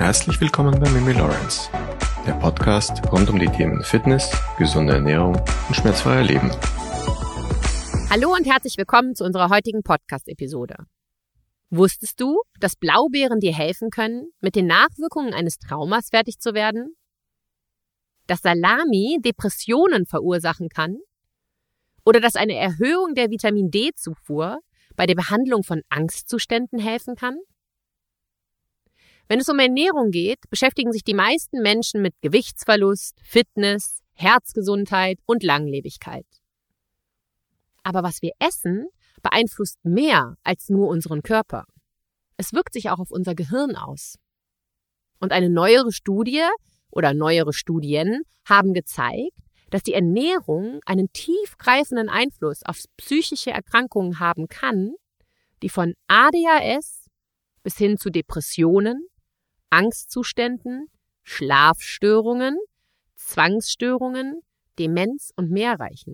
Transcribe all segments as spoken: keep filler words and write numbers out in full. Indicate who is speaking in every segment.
Speaker 1: Herzlich willkommen bei Mimi Lawrence, der Podcast rund um die Themen Fitness, gesunde Ernährung und schmerzfreier Leben.
Speaker 2: Hallo und herzlich willkommen zu unserer heutigen Podcast-Episode. Wusstest du, dass Blaubeeren dir helfen können, mit den Nachwirkungen eines Traumas fertig zu werden? Dass Salami Depressionen verursachen kann? Oder dass eine Erhöhung der Vitamin-D-Zufuhr bei der Behandlung von Angstzuständen helfen kann? Wenn es um Ernährung geht, beschäftigen sich die meisten Menschen mit Gewichtsverlust, Fitness, Herzgesundheit und Langlebigkeit. Aber was wir essen, beeinflusst mehr als nur unseren Körper. Es wirkt sich auch auf unser Gehirn aus. Und eine neuere Studie oder neuere Studien haben gezeigt, dass die Ernährung einen tiefgreifenden Einfluss auf psychische Erkrankungen haben kann, die von A D H S bis hin zu Depressionen, Angstzuständen, Schlafstörungen, Zwangsstörungen, Demenz und mehr reichen.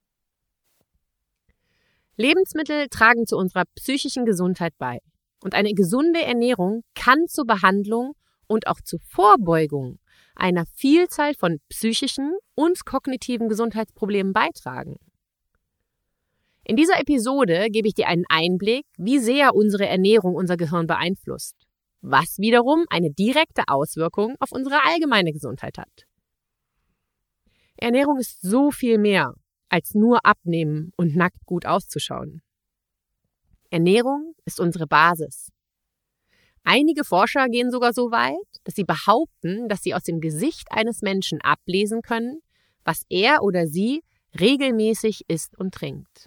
Speaker 2: Lebensmittel tragen zu unserer psychischen Gesundheit bei. Und eine gesunde Ernährung kann zur Behandlung und auch zur Vorbeugung einer Vielzahl von psychischen und kognitiven Gesundheitsproblemen beitragen. In dieser Episode gebe ich dir einen Einblick, wie sehr unsere Ernährung unser Gehirn beeinflusst, was wiederum eine direkte Auswirkung auf unsere allgemeine Gesundheit hat. Ernährung ist so viel mehr als nur abnehmen und nackt gut auszuschauen. Ernährung ist unsere Basis. Einige Forscher gehen sogar so weit, dass sie behaupten, dass sie aus dem Gesicht eines Menschen ablesen können, was er oder sie regelmäßig isst und trinkt.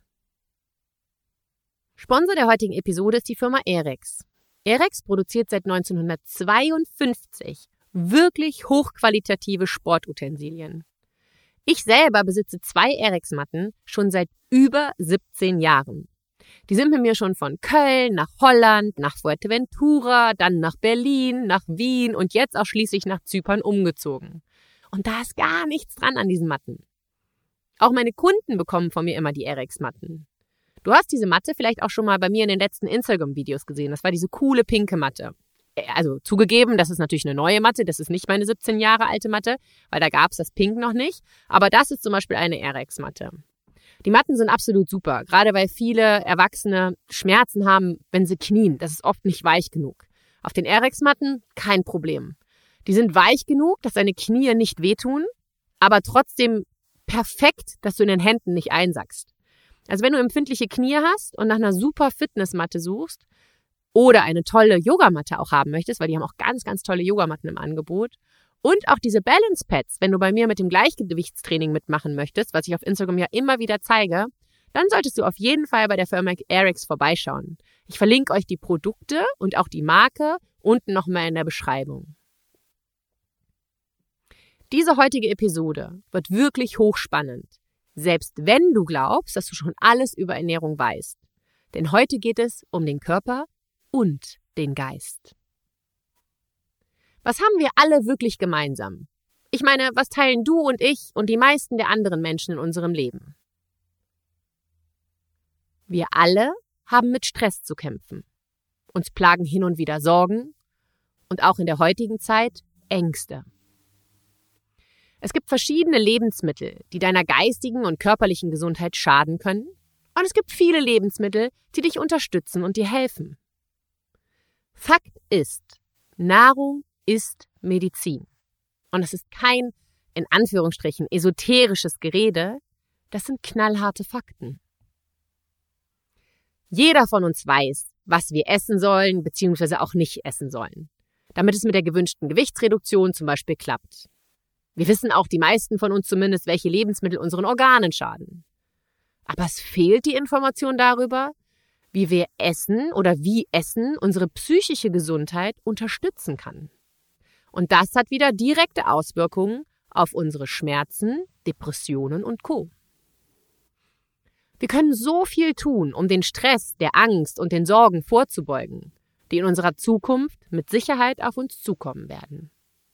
Speaker 2: Sponsor der heutigen Episode ist die Firma Airex. Airex produziert seit neunzehnhundertzweiundfünfzig wirklich hochqualitative Sportutensilien. Ich selber besitze zwei Airex-Matten schon seit über siebzehn Jahren. Die sind mit mir schon von Köln nach Holland, nach Fuerteventura, dann nach Berlin, nach Wien und jetzt auch schließlich nach Zypern umgezogen. Und da ist gar nichts dran an diesen Matten. Auch meine Kunden bekommen von mir immer die Airex-Matten. Du hast diese Matte vielleicht auch schon mal bei mir in den letzten Instagram-Videos gesehen. Das war diese coole pinke Matte. Also zugegeben, das ist natürlich eine neue Matte. Das ist nicht meine siebzehn Jahre alte Matte, weil da gab es das Pink noch nicht. Aber das ist zum Beispiel eine Airex-Matte. Die Matten sind absolut super, gerade weil viele Erwachsene Schmerzen haben, wenn sie knien. Das ist oft nicht weich genug. Auf den Airex-Matten kein Problem. Die sind weich genug, dass deine Knie nicht wehtun, aber trotzdem perfekt, dass du in den Händen nicht einsackst. Also wenn du empfindliche Knie hast und nach einer super Fitnessmatte suchst oder eine tolle Yogamatte auch haben möchtest, weil die haben auch ganz, ganz tolle Yogamatten im Angebot und auch diese Balance Pads, wenn du bei mir mit dem Gleichgewichtstraining mitmachen möchtest, was ich auf Instagram ja immer wieder zeige, dann solltest du auf jeden Fall bei der Firma Airex vorbeischauen. Ich verlinke euch die Produkte und auch die Marke unten nochmal in der Beschreibung. Diese heutige Episode wird wirklich hochspannend. Selbst wenn du glaubst, dass du schon alles über Ernährung weißt. Denn heute geht es um den Körper und den Geist. Was haben wir alle wirklich gemeinsam? Ich meine, was teilen du und ich und die meisten der anderen Menschen in unserem Leben? Wir alle haben mit Stress zu kämpfen. Uns plagen hin und wieder Sorgen und auch in der heutigen Zeit Ängste. Es gibt verschiedene Lebensmittel, die deiner geistigen und körperlichen Gesundheit schaden können. Und es gibt viele Lebensmittel, die dich unterstützen und dir helfen. Fakt ist, Nahrung ist Medizin. Und es ist kein, in Anführungsstrichen, esoterisches Gerede. Das sind knallharte Fakten. Jeder von uns weiß, was wir essen sollen bzw. auch nicht essen sollen, damit es mit der gewünschten Gewichtsreduktion zum Beispiel klappt. Wir wissen auch, die meisten von uns zumindest, welche Lebensmittel unseren Organen schaden. Aber es fehlt die Information darüber, wie wir Essen oder wie Essen unsere psychische Gesundheit unterstützen kann. Und das hat wieder direkte Auswirkungen auf unsere Schmerzen, Depressionen und Co. Wir können so viel tun, um den Stress, der Angst und den Sorgen vorzubeugen, die in unserer Zukunft mit Sicherheit auf uns zukommen werden.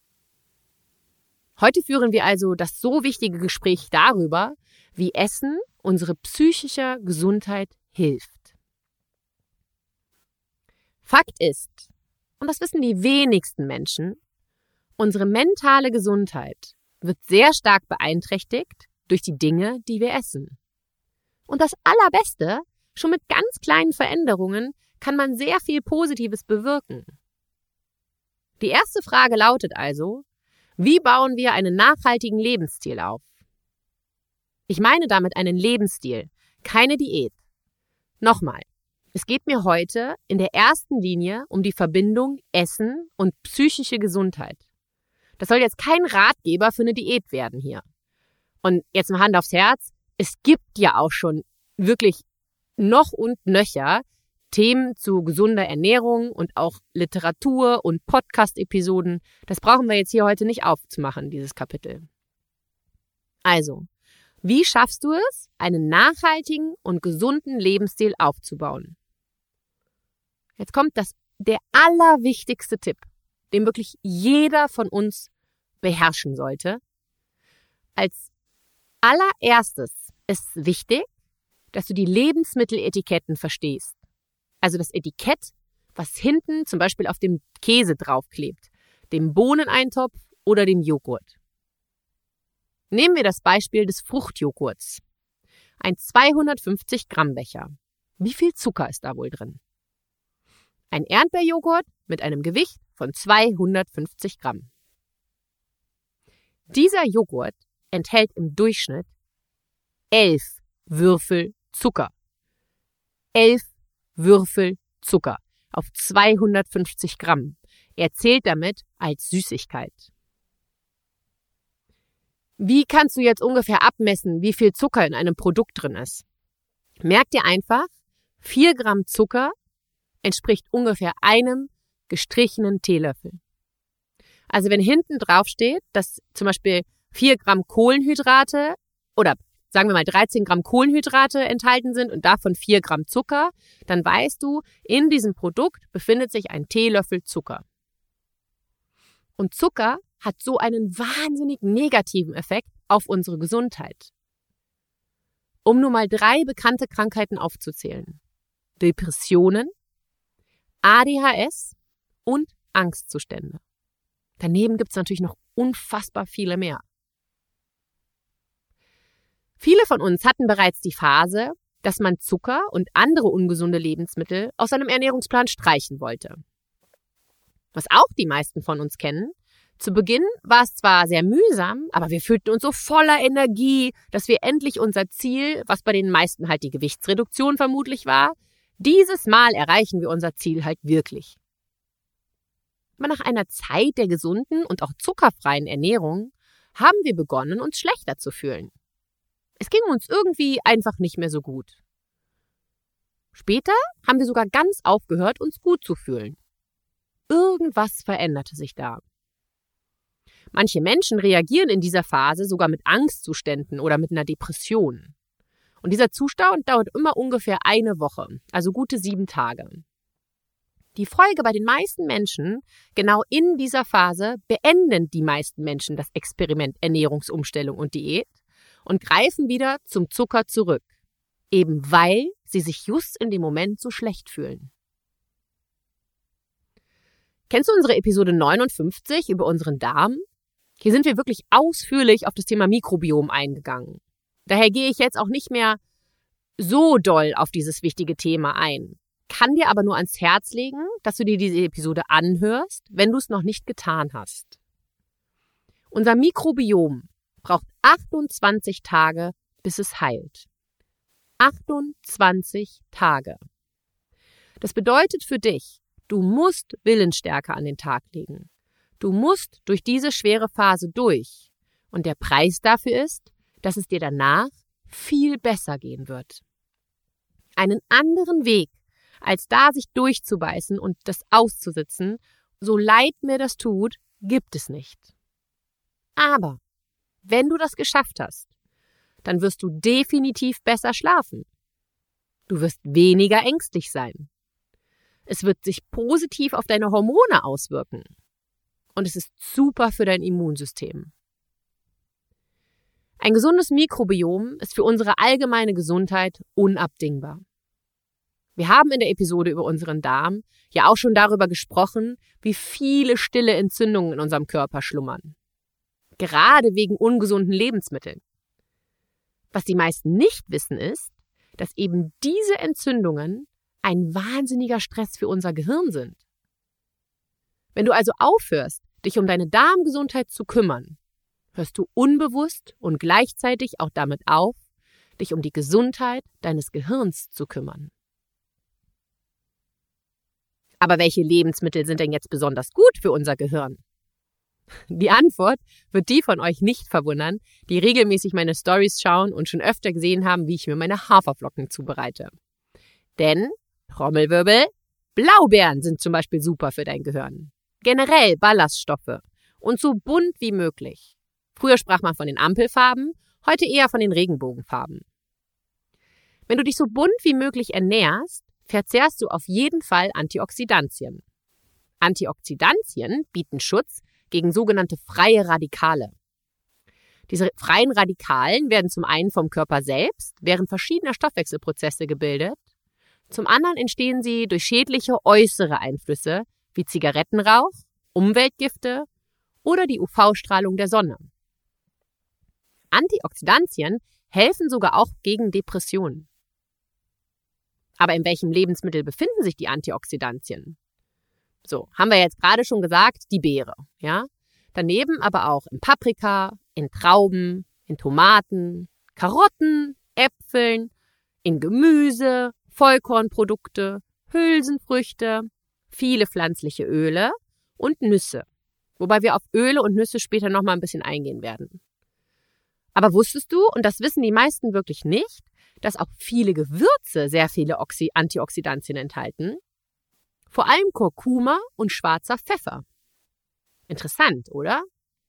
Speaker 2: Heute führen wir also das so wichtige Gespräch darüber, wie Essen unsere psychische Gesundheit hilft. Fakt ist, und das wissen die wenigsten Menschen, unsere mentale Gesundheit wird sehr stark beeinträchtigt durch die Dinge, die wir essen. Und das Allerbeste, schon mit ganz kleinen Veränderungen kann man sehr viel Positives bewirken. Die erste Frage lautet also, wie bauen wir einen nachhaltigen Lebensstil auf? Ich meine damit einen Lebensstil, keine Diät. Nochmal, es geht mir heute in der ersten Linie um die Verbindung Essen und psychische Gesundheit. Das soll jetzt kein Ratgeber für eine Diät werden hier. Und jetzt mal Hand aufs Herz, es gibt ja auch schon wirklich noch und nöcher Themen zu gesunder Ernährung und auch Literatur und Podcast-Episoden. Das brauchen wir jetzt hier heute nicht aufzumachen, dieses Kapitel. Also, wie schaffst du es, einen nachhaltigen und gesunden Lebensstil aufzubauen? Jetzt kommt das, der allerwichtigste Tipp, den wirklich jeder von uns beherrschen sollte. Als allererstes ist wichtig, dass du die Lebensmitteletiketten verstehst. Also das Etikett, was hinten zum Beispiel auf dem Käse draufklebt, dem Bohneneintopf oder dem Joghurt. Nehmen wir das Beispiel des Fruchtjoghurts. Ein zweihundertfünfzig Gramm Becher. Wie viel Zucker ist da wohl drin? Ein Erdbeerjoghurt mit einem Gewicht von zweihundertfünfzig Gramm. Dieser Joghurt enthält im Durchschnitt elf Würfel Zucker. Elf Würfel Zucker auf zweihundertfünfzig Gramm. Er zählt damit als Süßigkeit. Wie kannst du jetzt ungefähr abmessen, wie viel Zucker in einem Produkt drin ist? Merk dir einfach, vier Gramm Zucker entspricht ungefähr einem gestrichenen Teelöffel. Also wenn hinten drauf steht, dass zum Beispiel vier Gramm Kohlenhydrate oder sagen wir mal dreizehn Gramm Kohlenhydrate enthalten sind und davon vier Gramm Zucker, dann weißt du, in diesem Produkt befindet sich ein Teelöffel Zucker. Und Zucker hat so einen wahnsinnig negativen Effekt auf unsere Gesundheit. Um nur mal drei bekannte Krankheiten aufzuzählen. Depressionen, A D H S und Angstzustände. Daneben gibt es natürlich noch unfassbar viele mehr. Viele von uns hatten bereits die Phase, dass man Zucker und andere ungesunde Lebensmittel aus seinem Ernährungsplan streichen wollte. Was auch die meisten von uns kennen, zu Beginn war es zwar sehr mühsam, aber wir fühlten uns so voller Energie, dass wir endlich unser Ziel, was bei den meisten halt die Gewichtsreduktion vermutlich war, dieses Mal erreichen wir unser Ziel halt wirklich. Aber nach einer Zeit der gesunden und auch zuckerfreien Ernährung haben wir begonnen, uns schlechter zu fühlen. Es ging uns irgendwie einfach nicht mehr so gut. Später haben wir sogar ganz aufgehört, uns gut zu fühlen. Irgendwas veränderte sich da. Manche Menschen reagieren in dieser Phase sogar mit Angstzuständen oder mit einer Depression. Und dieser Zustand dauert immer ungefähr eine Woche, also gute sieben Tage. Die Folge bei den meisten Menschen, genau in dieser Phase beenden die meisten Menschen das Experiment Ernährungsumstellung und Diät und greifen wieder zum Zucker zurück, eben weil sie sich just in dem Moment so schlecht fühlen. Kennst du unsere Episode neunundfünfzig über unseren Darm? Hier sind wir wirklich ausführlich auf das Thema Mikrobiom eingegangen. Daher gehe ich jetzt auch nicht mehr so doll auf dieses wichtige Thema ein, kann dir aber nur ans Herz legen, dass du dir diese Episode anhörst, wenn du es noch nicht getan hast. Unser Mikrobiom braucht achtundzwanzig Tage, bis es heilt. achtundzwanzig Tage. Das bedeutet für dich, du musst Willensstärke an den Tag legen. Du musst durch diese schwere Phase durch. Und der Preis dafür ist, dass es dir danach viel besser gehen wird. Einen anderen Weg, als da sich durchzubeißen und das auszusitzen, so leid mir das tut, gibt es nicht. Aber wenn du das geschafft hast, dann wirst du definitiv besser schlafen. Du wirst weniger ängstlich sein. Es wird sich positiv auf deine Hormone auswirken. Und es ist super für dein Immunsystem. Ein gesundes Mikrobiom ist für unsere allgemeine Gesundheit unabdingbar. Wir haben in der Episode über unseren Darm ja auch schon darüber gesprochen, wie viele stille Entzündungen in unserem Körper schlummern. Gerade wegen ungesunden Lebensmitteln. Was die meisten nicht wissen ist, dass eben diese Entzündungen ein wahnsinniger Stress für unser Gehirn sind. Wenn du also aufhörst, dich um deine Darmgesundheit zu kümmern, hörst du unbewusst und gleichzeitig auch damit auf, dich um die Gesundheit deines Gehirns zu kümmern. Aber welche Lebensmittel sind denn jetzt besonders gut für unser Gehirn? Die Antwort wird die von euch nicht verwundern, die regelmäßig meine Stories schauen und schon öfter gesehen haben, wie ich mir meine Haferflocken zubereite. Denn, Trommelwirbel, Blaubeeren sind zum Beispiel super für dein Gehirn. Generell Ballaststoffe und so bunt wie möglich. Früher sprach man von den Ampelfarben, heute eher von den Regenbogenfarben. Wenn du dich so bunt wie möglich ernährst, verzehrst du auf jeden Fall Antioxidantien. Antioxidantien bieten Schutz gegen sogenannte freie Radikale. Diese freien Radikalen werden zum einen vom Körper selbst während verschiedener Stoffwechselprozesse gebildet, zum anderen entstehen sie durch schädliche äußere Einflüsse wie Zigarettenrauch, Umweltgifte oder die U V-Strahlung der Sonne. Antioxidantien helfen sogar auch gegen Depressionen. Aber in welchem Lebensmittel befinden sich die Antioxidantien? So, haben wir jetzt gerade schon gesagt, die Beere, ja? Daneben aber auch in Paprika, in Trauben, in Tomaten, Karotten, Äpfeln, in Gemüse, Vollkornprodukte, Hülsenfrüchte, viele pflanzliche Öle und Nüsse. Wobei wir auf Öle und Nüsse später nochmal ein bisschen eingehen werden. Aber wusstest du, und das wissen die meisten wirklich nicht, dass auch viele Gewürze sehr viele Oxy- Antioxidantien enthalten? Vor allem Kurkuma und schwarzer Pfeffer. Interessant, oder?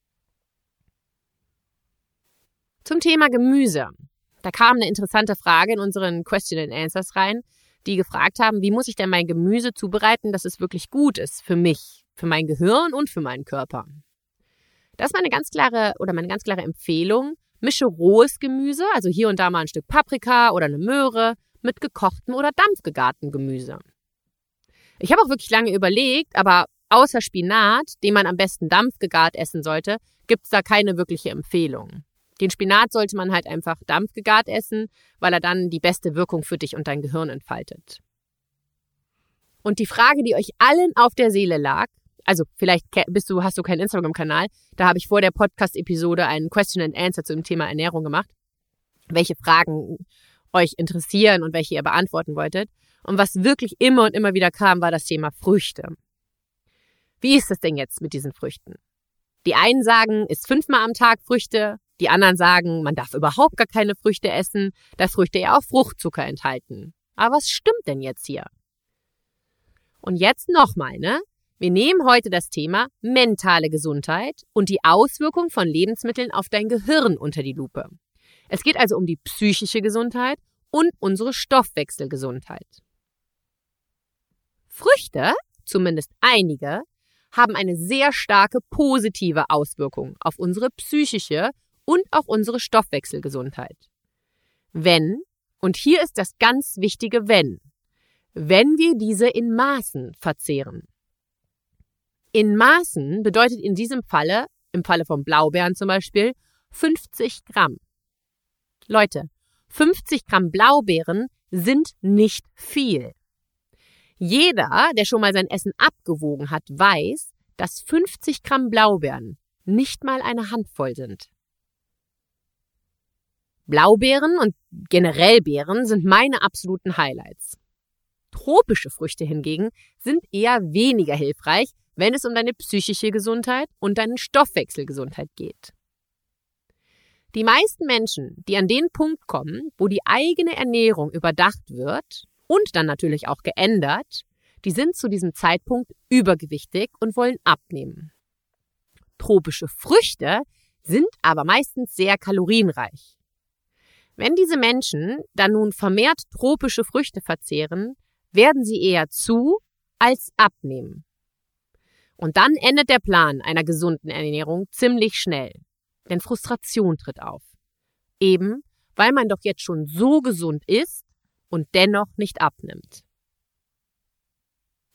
Speaker 2: Zum Thema Gemüse. Da kam eine interessante Frage in unseren Question and Answers rein, die gefragt haben, wie muss ich denn mein Gemüse zubereiten, dass es wirklich gut ist für mich, für mein Gehirn und für meinen Körper. Das ist meine ganz klare oder meine ganz klare Empfehlung. Mische rohes Gemüse, also hier und da mal ein Stück Paprika oder eine Möhre, mit gekochtem oder dampfgegartem Gemüse. Ich habe auch wirklich lange überlegt, aber außer Spinat, den man am besten dampfgegart essen sollte, gibt es da keine wirkliche Empfehlung. Den Spinat sollte man halt einfach dampfgegart essen, weil er dann die beste Wirkung für dich und dein Gehirn entfaltet. Und die Frage, die euch allen auf der Seele lag, also vielleicht bist du, hast du keinen Instagram-Kanal, da habe ich vor der Podcast-Episode einen Question and Answer zu dem Thema Ernährung gemacht, welche Fragen euch interessieren und welche ihr beantworten wolltet. Und was wirklich immer und immer wieder kam, war das Thema Früchte. Wie ist es denn jetzt mit diesen Früchten? Die einen sagen, isst fünfmal am Tag Früchte, die anderen sagen, man darf überhaupt gar keine Früchte essen, da Früchte ja auch Fruchtzucker enthalten. Aber was stimmt denn jetzt hier? Und jetzt nochmal, ne? Wir nehmen heute das Thema mentale Gesundheit und die Auswirkung von Lebensmitteln auf dein Gehirn unter die Lupe. Es geht also um die psychische Gesundheit und unsere Stoffwechselgesundheit. Früchte, zumindest einige, haben eine sehr starke positive Auswirkung auf unsere psychische und auch unsere Stoffwechselgesundheit. Wenn, und hier ist das ganz wichtige Wenn, wenn wir diese in Maßen verzehren. In Maßen bedeutet in diesem Falle, im Falle von Blaubeeren zum Beispiel, fünfzig Gramm. Leute, fünfzig Gramm Blaubeeren sind nicht viel. Jeder, der schon mal sein Essen abgewogen hat, weiß, dass fünfzig Gramm Blaubeeren nicht mal eine Handvoll sind. Blaubeeren und generell Beeren sind meine absoluten Highlights. Tropische Früchte hingegen sind eher weniger hilfreich, wenn es um deine psychische Gesundheit und deine Stoffwechselgesundheit geht. Die meisten Menschen, die an den Punkt kommen, wo die eigene Ernährung überdacht wird und dann natürlich auch geändert, die sind zu diesem Zeitpunkt übergewichtig und wollen abnehmen. Tropische Früchte sind aber meistens sehr kalorienreich. Wenn diese Menschen dann nun vermehrt tropische Früchte verzehren, werden sie eher zu als abnehmen. Und dann endet der Plan einer gesunden Ernährung ziemlich schnell, denn Frustration tritt auf. Eben, weil man doch jetzt schon so gesund ist und dennoch nicht abnimmt.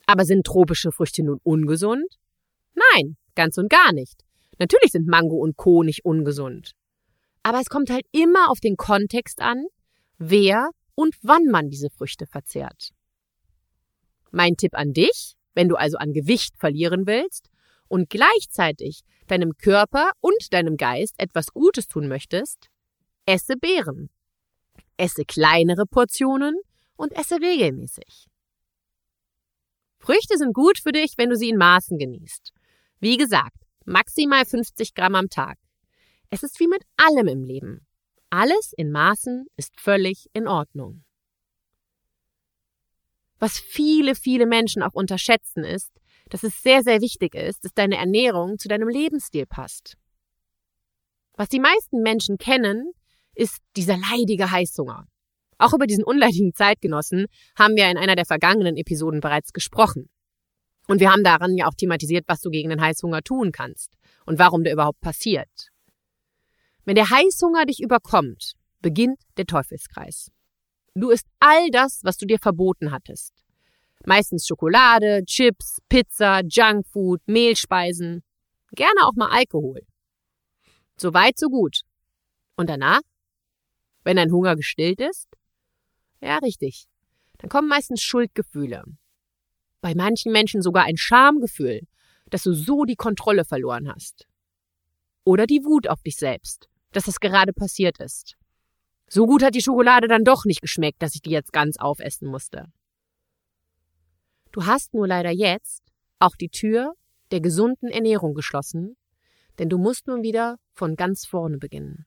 Speaker 2: Aber sind tropische Früchte nun ungesund? Nein, ganz und gar nicht. Natürlich sind Mango und Co. nicht ungesund. Aber es kommt halt immer auf den Kontext an, wer und wann man diese Früchte verzehrt. Mein Tipp an dich, wenn du also an Gewicht verlieren willst und gleichzeitig deinem Körper und deinem Geist etwas Gutes tun möchtest, esse Beeren. Esse kleinere Portionen und esse regelmäßig. Früchte sind gut für dich, wenn du sie in Maßen genießt. Wie gesagt, maximal fünfzig Gramm am Tag. Es ist wie mit allem im Leben. Alles in Maßen ist völlig in Ordnung. Was viele, viele Menschen auch unterschätzen ist, dass es sehr, sehr wichtig ist, dass deine Ernährung zu deinem Lebensstil passt. Was die meisten Menschen kennen, ist dieser leidige Heißhunger. Auch über diesen unleidigen Zeitgenossen haben wir in einer der vergangenen Episoden bereits gesprochen. Und wir haben daran ja auch thematisiert, was du gegen den Heißhunger tun kannst und warum der überhaupt passiert. Wenn der Heißhunger dich überkommt, beginnt der Teufelskreis. Du isst all das, was du dir verboten hattest. Meistens Schokolade, Chips, Pizza, Junkfood, Mehlspeisen, gerne auch mal Alkohol. So weit, so gut. Und danach? Wenn dein Hunger gestillt ist? Ja, richtig. Dann kommen meistens Schuldgefühle. Bei manchen Menschen sogar ein Schamgefühl, dass du so die Kontrolle verloren hast. Oder die Wut auf dich selbst, dass das gerade passiert ist. So gut hat die Schokolade dann doch nicht geschmeckt, dass ich die jetzt ganz aufessen musste. Du hast nur leider jetzt auch die Tür der gesunden Ernährung geschlossen, denn du musst nun wieder von ganz vorne beginnen.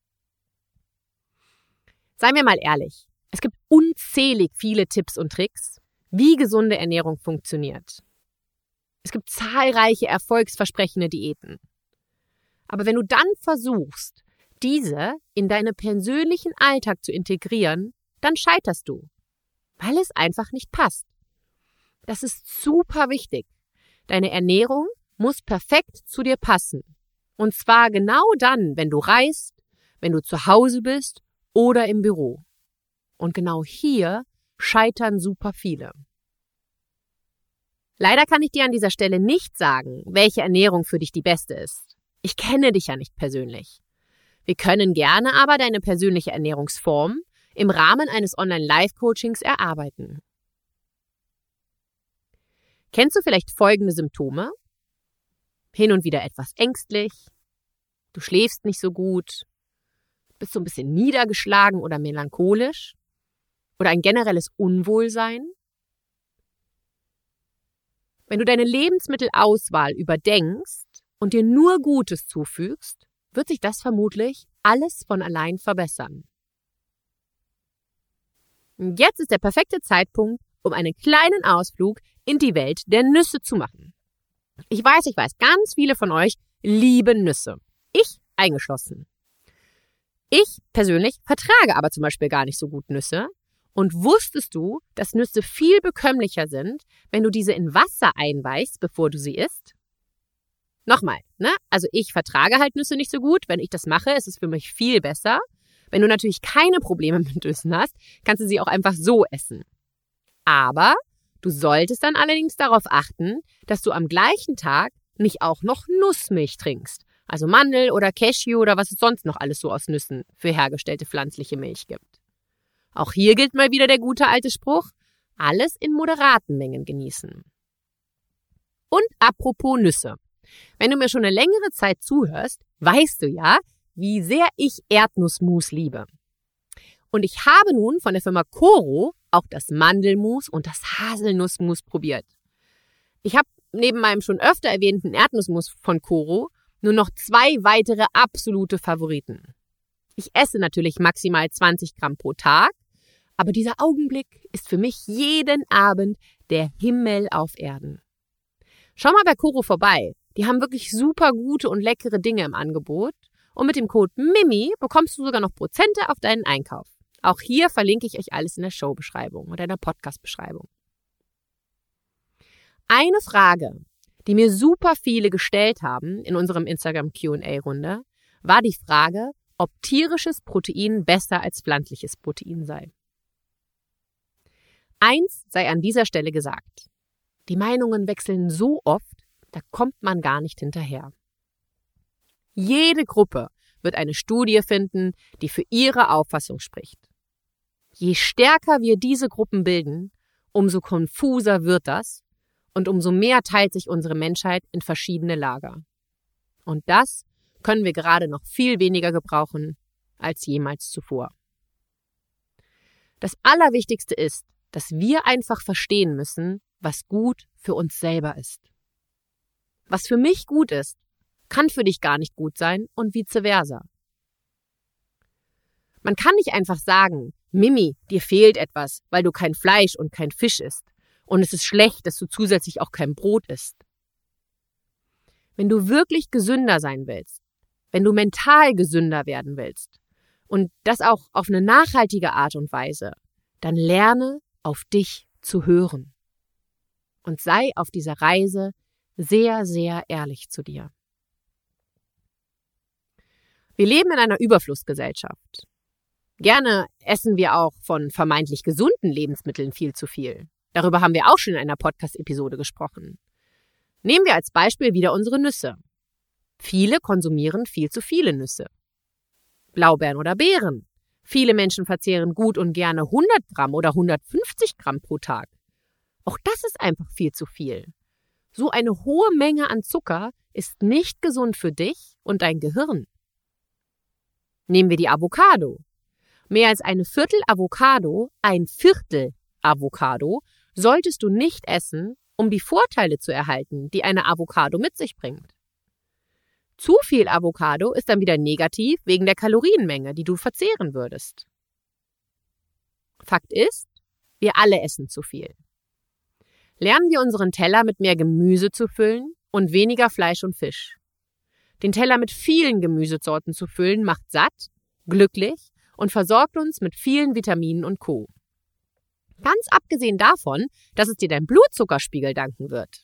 Speaker 2: Seien wir mal ehrlich, es gibt unzählig viele Tipps und Tricks, wie gesunde Ernährung funktioniert. Es gibt zahlreiche erfolgsversprechende Diäten. Aber wenn du dann versuchst, diese in deinen persönlichen Alltag zu integrieren, dann scheiterst du, weil es einfach nicht passt. Das ist super wichtig. Deine Ernährung muss perfekt zu dir passen. Und zwar genau dann, wenn du reist, wenn du zu Hause bist oder im Büro. Und genau hier scheitern super viele. Leider kann ich dir an dieser Stelle nicht sagen, welche Ernährung für dich die beste ist. Ich kenne dich ja nicht persönlich. Wir können gerne aber deine persönliche Ernährungsform im Rahmen eines Online-Live-Coachings erarbeiten. Kennst du vielleicht folgende Symptome? Hin und wieder etwas ängstlich, du schläfst nicht so gut, bist so ein bisschen niedergeschlagen oder melancholisch oder ein generelles Unwohlsein? Wenn du deine Lebensmittelauswahl überdenkst und dir nur Gutes zufügst, wird sich das vermutlich alles von allein verbessern. Jetzt ist der perfekte Zeitpunkt, um einen kleinen Ausflug in die Welt der Nüsse zu machen. Ich weiß, ich weiß, ganz viele von euch lieben Nüsse. Ich eingeschlossen. Ich persönlich vertrage aber zum Beispiel gar nicht so gut Nüsse. Und wusstest du, dass Nüsse viel bekömmlicher sind, wenn du diese in Wasser einweichst, bevor du sie isst? Nochmal, ne? Also ich vertrage halt Nüsse nicht so gut. Wenn ich das mache, ist es für mich viel besser. Wenn du natürlich keine Probleme mit Nüssen hast, kannst du sie auch einfach so essen. Aber du solltest dann allerdings darauf achten, dass du am gleichen Tag nicht auch noch Nussmilch trinkst. Also Mandel oder Cashew oder was es sonst noch alles so aus Nüssen für hergestellte pflanzliche Milch gibt. Auch hier gilt mal wieder der gute alte Spruch, alles in moderaten Mengen genießen. Und apropos Nüsse. Wenn du mir schon eine längere Zeit zuhörst, weißt du ja, wie sehr ich Erdnussmus liebe. Und ich habe nun von der Firma Coro auch das Mandelmus und das Haselnussmus probiert. Ich habe neben meinem schon öfter erwähnten Erdnussmus von Coro nur noch zwei weitere absolute Favoriten. Ich esse natürlich maximal zwanzig Gramm pro Tag, aber dieser Augenblick ist für mich jeden Abend der Himmel auf Erden. Schau mal bei Coro vorbei. Die haben wirklich super gute und leckere Dinge im Angebot. Und mit dem Code MIMI bekommst du sogar noch Prozente auf deinen Einkauf. Auch hier verlinke ich euch alles in der Showbeschreibung oder in der Podcast-Beschreibung. Eine Frage, die mir super viele gestellt haben in unserem Instagram-Q und A-Runde, war die Frage, ob tierisches Protein besser als pflanzliches Protein sei. Eins sei an dieser Stelle gesagt. Die Meinungen wechseln so oft, da kommt man gar nicht hinterher. Jede Gruppe wird eine Studie finden, die für ihre Auffassung spricht. Je stärker wir diese Gruppen bilden, umso konfuser wird das und umso mehr teilt sich unsere Menschheit in verschiedene Lager. Und das können wir gerade noch viel weniger gebrauchen als jemals zuvor. Das Allerwichtigste ist, dass wir einfach verstehen müssen, was gut für uns selber ist. Was für mich gut ist, kann für dich gar nicht gut sein und vice versa. Man kann nicht einfach sagen, Mimi, dir fehlt etwas, weil du kein Fleisch und kein Fisch isst. Und es ist schlecht, dass du zusätzlich auch kein Brot isst. Wenn du wirklich gesünder sein willst, wenn du mental gesünder werden willst und das auch auf eine nachhaltige Art und Weise, dann lerne auf dich zu hören. Und sei auf dieser Reise sehr, sehr ehrlich zu dir. Wir leben in einer Überflussgesellschaft. Gerne essen wir auch von vermeintlich gesunden Lebensmitteln viel zu viel. Darüber haben wir auch schon in einer Podcast-Episode gesprochen. Nehmen wir als Beispiel wieder unsere Nüsse. Viele konsumieren viel zu viele Nüsse. Blaubeeren oder Beeren. Viele Menschen verzehren gut und gerne hundert Gramm oder hundertfünfzig Gramm pro Tag. Auch das ist einfach viel zu viel. So eine hohe Menge an Zucker ist nicht gesund für dich und dein Gehirn. Nehmen wir die Avocado. Mehr als eine Viertel Avocado, ein Viertel Avocado, solltest du nicht essen, um die Vorteile zu erhalten, die eine Avocado mit sich bringt. Zu viel Avocado ist dann wieder negativ wegen der Kalorienmenge, die du verzehren würdest. Fakt ist, wir alle essen zu viel. Lernen wir unseren Teller mit mehr Gemüse zu füllen und weniger Fleisch und Fisch. Den Teller mit vielen Gemüsesorten zu füllen macht satt, glücklich und versorgt uns mit vielen Vitaminen und Co. Ganz abgesehen davon, dass es dir dein Blutzuckerspiegel danken wird.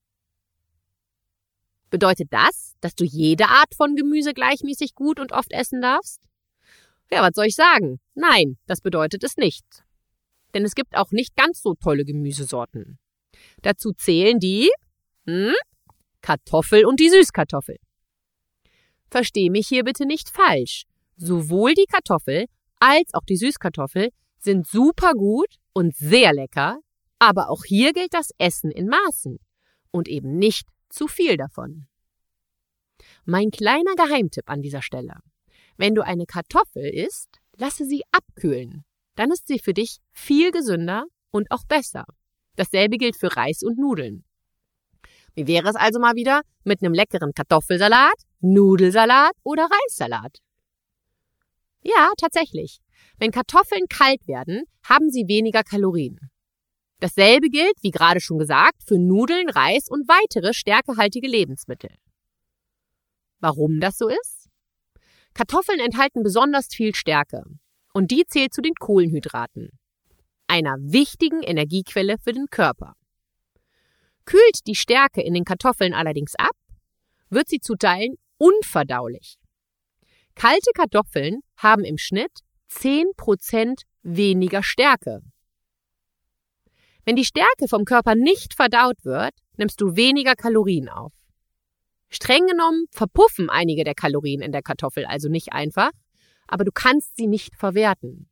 Speaker 2: Bedeutet das, dass du jede Art von Gemüse gleichmäßig gut und oft essen darfst? Ja, was soll ich sagen? Nein, das bedeutet es nicht. Denn es gibt auch nicht ganz so tolle Gemüsesorten. Dazu zählen die hm, Kartoffel und die Süßkartoffel. Versteh mich hier bitte nicht falsch. Sowohl die Kartoffel als auch die Süßkartoffel sind super gut und sehr lecker, aber auch hier gilt das Essen in Maßen und eben nicht zu viel davon. Mein kleiner Geheimtipp an dieser Stelle. Wenn du eine Kartoffel isst, lasse sie abkühlen. Dann ist sie für dich viel gesünder und auch besser. Dasselbe gilt für Reis und Nudeln. Wie wäre es also mal wieder mit einem leckeren Kartoffelsalat, Nudelsalat oder Reissalat? Ja, tatsächlich. Wenn Kartoffeln kalt werden, haben sie weniger Kalorien. Dasselbe gilt, wie gerade schon gesagt, für Nudeln, Reis und weitere stärkehaltige Lebensmittel. Warum das so ist? Kartoffeln enthalten besonders viel Stärke und die zählt zu den Kohlenhydraten, einer wichtigen Energiequelle für den Körper. Kühlt die Stärke in den Kartoffeln allerdings ab, wird sie zu Teilen unverdaulich. Kalte Kartoffeln haben im Schnitt zehn Prozent weniger Stärke. Wenn die Stärke vom Körper nicht verdaut wird, nimmst du weniger Kalorien auf. Streng genommen verpuffen einige der Kalorien in der Kartoffel also nicht einfach, aber du kannst sie nicht verwerten.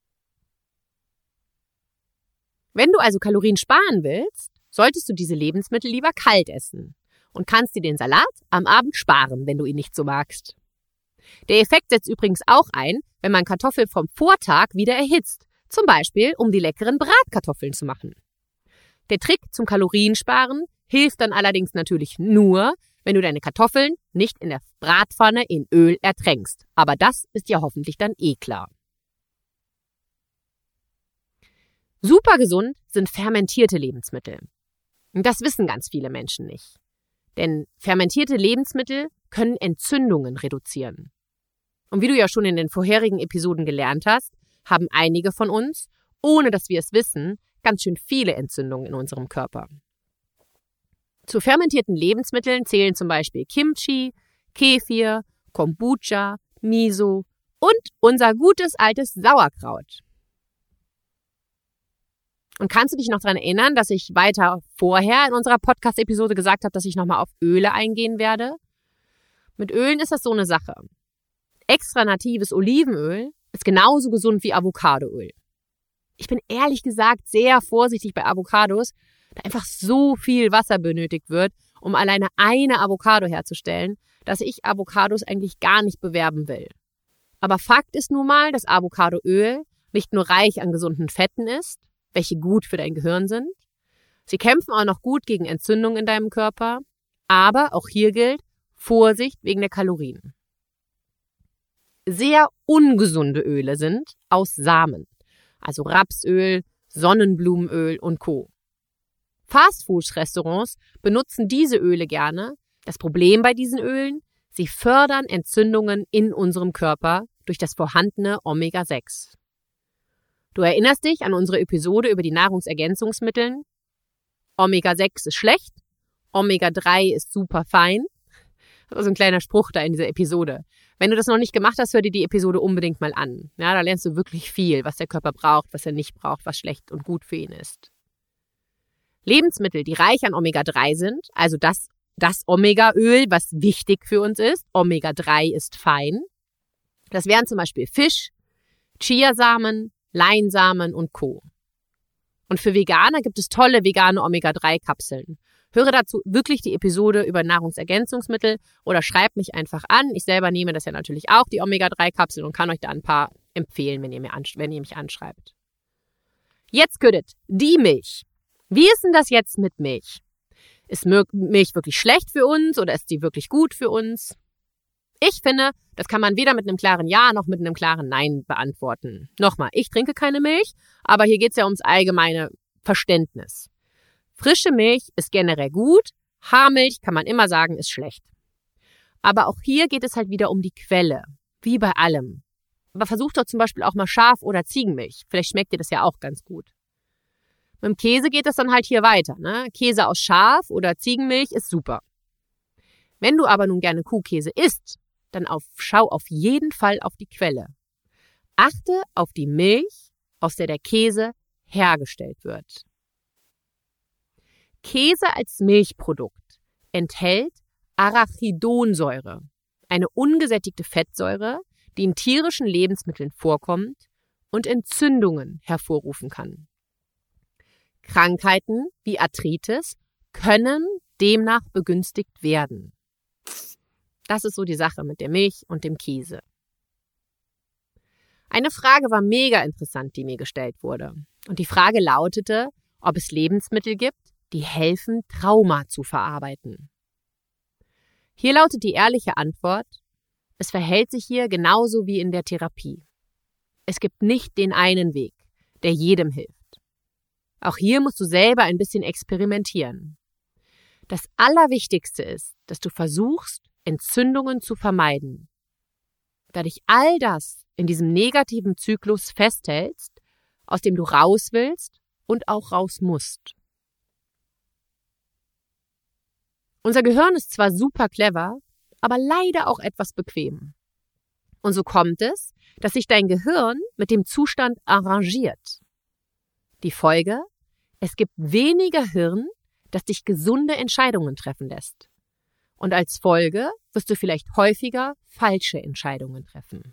Speaker 2: Wenn du also Kalorien sparen willst, solltest du diese Lebensmittel lieber kalt essen und kannst dir den Salat am Abend sparen, wenn du ihn nicht so magst. Der Effekt setzt übrigens auch ein, wenn man Kartoffeln vom Vortag wieder erhitzt, zum Beispiel um die leckeren Bratkartoffeln zu machen. Der Trick zum Kaloriensparen hilft dann allerdings natürlich nur, wenn du deine Kartoffeln nicht in der Bratpfanne in Öl ertränkst. Aber das ist ja hoffentlich dann eh klar. Super gesund sind fermentierte Lebensmittel. Und das wissen ganz viele Menschen nicht. Denn fermentierte Lebensmittel können Entzündungen reduzieren. Und wie du ja schon in den vorherigen Episoden gelernt hast, haben einige von uns, ohne dass wir es wissen, ganz schön viele Entzündungen in unserem Körper. Zu fermentierten Lebensmitteln zählen zum Beispiel Kimchi, Kefir, Kombucha, Miso und unser gutes altes Sauerkraut. Und kannst du dich noch daran erinnern, dass ich weiter vorher in unserer Podcast-Episode gesagt habe, dass ich nochmal auf Öle eingehen werde? Mit Ölen ist das so eine Sache. Extra natives Olivenöl ist genauso gesund wie Avocadoöl. Ich bin ehrlich gesagt sehr vorsichtig bei Avocados, da einfach so viel Wasser benötigt wird, um alleine eine Avocado herzustellen, dass ich Avocados eigentlich gar nicht bewerben will. Aber Fakt ist nun mal, dass Avocadoöl nicht nur reich an gesunden Fetten ist, welche gut für dein Gehirn sind. Sie kämpfen auch noch gut gegen Entzündungen in deinem Körper. Aber auch hier gilt, Vorsicht wegen der Kalorien. Sehr ungesunde Öle sind aus Samen, also Rapsöl, Sonnenblumenöl und Co. Fastfood-Restaurants benutzen diese Öle gerne. Das Problem bei diesen Ölen, sie fördern Entzündungen in unserem Körper durch das vorhandene Omega sechs. Du erinnerst dich an unsere Episode über die Nahrungsergänzungsmittel. Omega sechs ist schlecht, Omega drei ist super fein. Das ist ein kleiner Spruch da in dieser Episode. Wenn du das noch nicht gemacht hast, hör dir die Episode unbedingt mal an. Ja, da lernst du wirklich viel, was der Körper braucht, was er nicht braucht, was schlecht und gut für ihn ist. Lebensmittel, die reich an Omega drei sind, also das, das Omega-Öl, was wichtig für uns ist. Omega drei ist fein. Das wären zum Beispiel Fisch, Chiasamen, Leinsamen und Co. Und für Veganer gibt es tolle vegane Omega drei Kapseln. Höre dazu wirklich die Episode über Nahrungsergänzungsmittel oder schreib mich einfach an. Ich selber nehme das ja natürlich auch, die Omega drei Kapseln, und kann euch da ein paar empfehlen, wenn ihr, mir ansch- wenn ihr mich anschreibt. Jetzt Küdet, die Milch. Wie ist denn das jetzt mit Milch? Ist Milch wirklich schlecht für uns oder ist sie wirklich gut für uns? Ich finde, das kann man weder mit einem klaren Ja noch mit einem klaren Nein beantworten. Nochmal, ich trinke keine Milch, aber hier geht es ja ums allgemeine Verständnis. Frische Milch ist generell gut, Haarmilch kann man immer sagen, ist schlecht. Aber auch hier geht es halt wieder um die Quelle, wie bei allem. Aber versucht doch zum Beispiel auch mal Schaf- oder Ziegenmilch, vielleicht schmeckt dir das ja auch ganz gut. Mit dem Käse geht es dann halt hier weiter, ne? Käse aus Schaf- oder Ziegenmilch ist super. Wenn du aber nun gerne Kuhkäse isst, dann auf, schau auf jeden Fall auf die Quelle. Achte auf die Milch, aus der der Käse hergestellt wird. Käse als Milchprodukt enthält Arachidonsäure, eine ungesättigte Fettsäure, die in tierischen Lebensmitteln vorkommt und Entzündungen hervorrufen kann. Krankheiten wie Arthritis können demnach begünstigt werden. Das ist so die Sache mit der Milch und dem Käse. Eine Frage war mega interessant, die mir gestellt wurde. Und die Frage lautete, ob es Lebensmittel gibt, die helfen, Trauma zu verarbeiten. Hier lautet die ehrliche Antwort, es verhält sich hier genauso wie in der Therapie. Es gibt nicht den einen Weg, der jedem hilft. Auch hier musst du selber ein bisschen experimentieren. Das Allerwichtigste ist, dass du versuchst, Entzündungen zu vermeiden. Da dich all das in diesem negativen Zyklus festhältst, aus dem du raus willst und auch raus musst. Unser Gehirn ist zwar super clever, aber leider auch etwas bequem. Und so kommt es, dass sich dein Gehirn mit dem Zustand arrangiert. Die Folge? Es gibt weniger Hirn, das dich gesunde Entscheidungen treffen lässt. Und als Folge wirst du vielleicht häufiger falsche Entscheidungen treffen.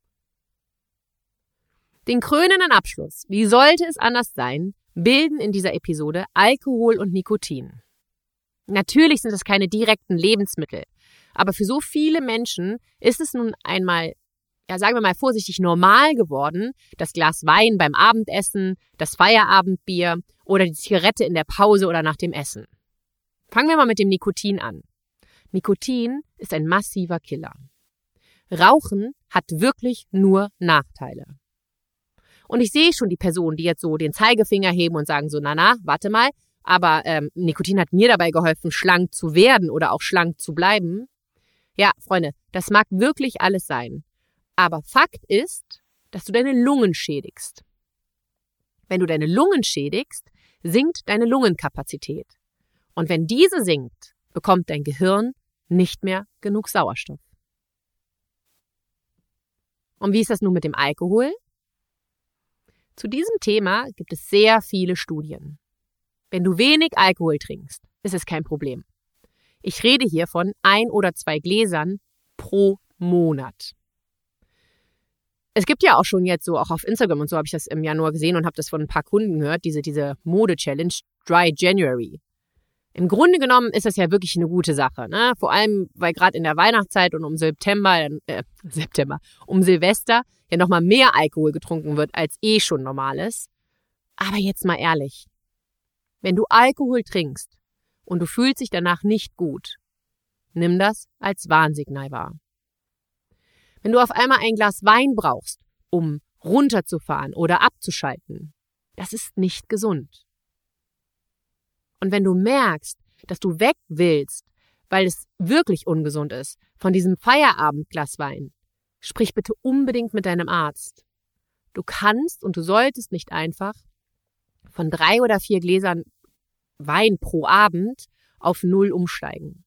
Speaker 2: Den krönenden Abschluss, wie sollte es anders sein, bilden in dieser Episode Alkohol und Nikotin. Natürlich sind es keine direkten Lebensmittel, aber für so viele Menschen ist es nun einmal, ja, sagen wir mal vorsichtig, normal geworden, das Glas Wein beim Abendessen, das Feierabendbier oder die Zigarette in der Pause oder nach dem Essen. Fangen wir mal mit dem Nikotin an. Nikotin ist ein massiver Killer. Rauchen hat wirklich nur Nachteile. Und ich sehe schon die Personen, die jetzt so den Zeigefinger heben und sagen so, na na, warte mal, aber ähm, Nikotin hat mir dabei geholfen, schlank zu werden oder auch schlank zu bleiben. Ja, Freunde, das mag wirklich alles sein. Aber Fakt ist, dass du deine Lungen schädigst. Wenn du deine Lungen schädigst, sinkt deine Lungenkapazität. Und wenn diese sinkt, bekommt dein Gehirn nicht mehr genug Sauerstoff. Und wie ist das nun mit dem Alkohol? Zu diesem Thema gibt es sehr viele Studien. Wenn du wenig Alkohol trinkst, ist es kein Problem. Ich rede hier von ein oder zwei Gläsern pro Monat. Es gibt ja auch schon jetzt so, auch auf Instagram und so habe ich das im Januar gesehen und habe das von ein paar Kunden gehört, diese, diese Mode-Challenge Dry January. Im Grunde genommen ist das ja wirklich eine gute Sache, ne? Vor allem, weil gerade in der Weihnachtszeit und um September, äh, September, um Silvester ja nochmal mehr Alkohol getrunken wird, als eh schon normal ist. Aber jetzt mal ehrlich, wenn du Alkohol trinkst und du fühlst dich danach nicht gut, nimm das als Warnsignal wahr. Wenn du auf einmal ein Glas Wein brauchst, um runterzufahren oder abzuschalten, das ist nicht gesund. Und wenn du merkst, dass du weg willst, weil es wirklich ungesund ist, von diesem Feierabendglas Wein, sprich bitte unbedingt mit deinem Arzt. Du kannst und du solltest nicht einfach von drei oder vier Gläsern Wein pro Abend auf null umsteigen.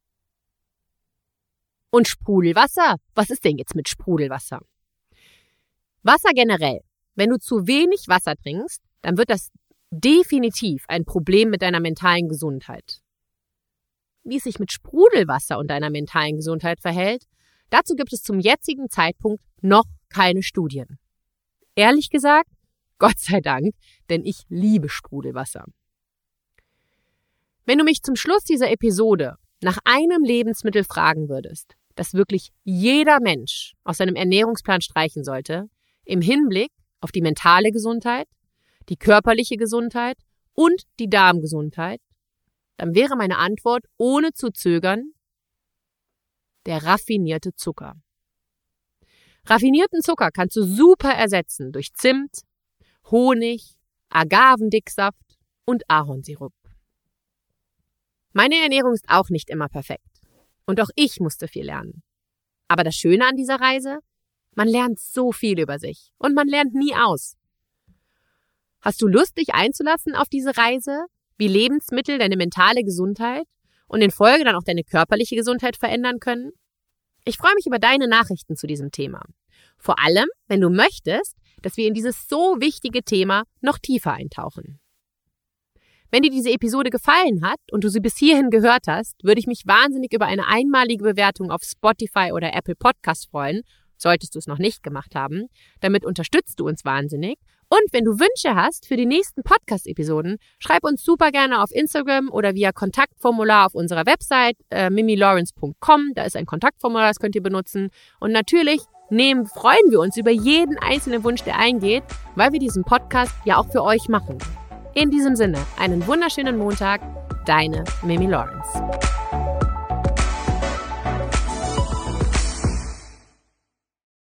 Speaker 2: Und Sprudelwasser? Was ist denn jetzt mit Sprudelwasser? Wasser generell. Wenn du zu wenig Wasser trinkst, dann wird das definitiv ein Problem mit deiner mentalen Gesundheit. Wie es sich mit Sprudelwasser und deiner mentalen Gesundheit verhält, dazu gibt es zum jetzigen Zeitpunkt noch keine Studien. Ehrlich gesagt, Gott sei Dank, denn ich liebe Sprudelwasser. Wenn du mich zum Schluss dieser Episode nach einem Lebensmittel fragen würdest, das wirklich jeder Mensch aus seinem Ernährungsplan streichen sollte, im Hinblick auf die mentale Gesundheit, die körperliche Gesundheit und die Darmgesundheit, dann wäre meine Antwort ohne zu zögern der raffinierte Zucker. Raffinierten Zucker kannst du super ersetzen durch Zimt, Honig, Agavendicksaft und Ahornsirup. Meine Ernährung ist auch nicht immer perfekt. Und auch ich musste viel lernen. Aber das Schöne an dieser Reise? Man lernt so viel über sich. Und man lernt nie aus. Hast du Lust, dich einzulassen auf diese Reise, wie Lebensmittel deine mentale Gesundheit und in Folge dann auch deine körperliche Gesundheit verändern können? Ich freue mich über deine Nachrichten zu diesem Thema. Vor allem, wenn du möchtest, dass wir in dieses so wichtige Thema noch tiefer eintauchen. Wenn dir diese Episode gefallen hat und du sie bis hierhin gehört hast, würde ich mich wahnsinnig über eine einmalige Bewertung auf Spotify oder Apple Podcast freuen, solltest du es noch nicht gemacht haben. Damit unterstützt du uns wahnsinnig. Und wenn du Wünsche hast für die nächsten Podcast-Episoden, schreib uns super gerne auf Instagram oder via Kontaktformular auf unserer Website äh, mimi lawrence punkt com. Da ist ein Kontaktformular, das könnt ihr benutzen. Und natürlich nehmen, freuen wir uns über jeden einzelnen Wunsch, der eingeht, weil wir diesen Podcast ja auch für euch machen. In diesem Sinne, einen wunderschönen Montag, deine Mimi Lawrence.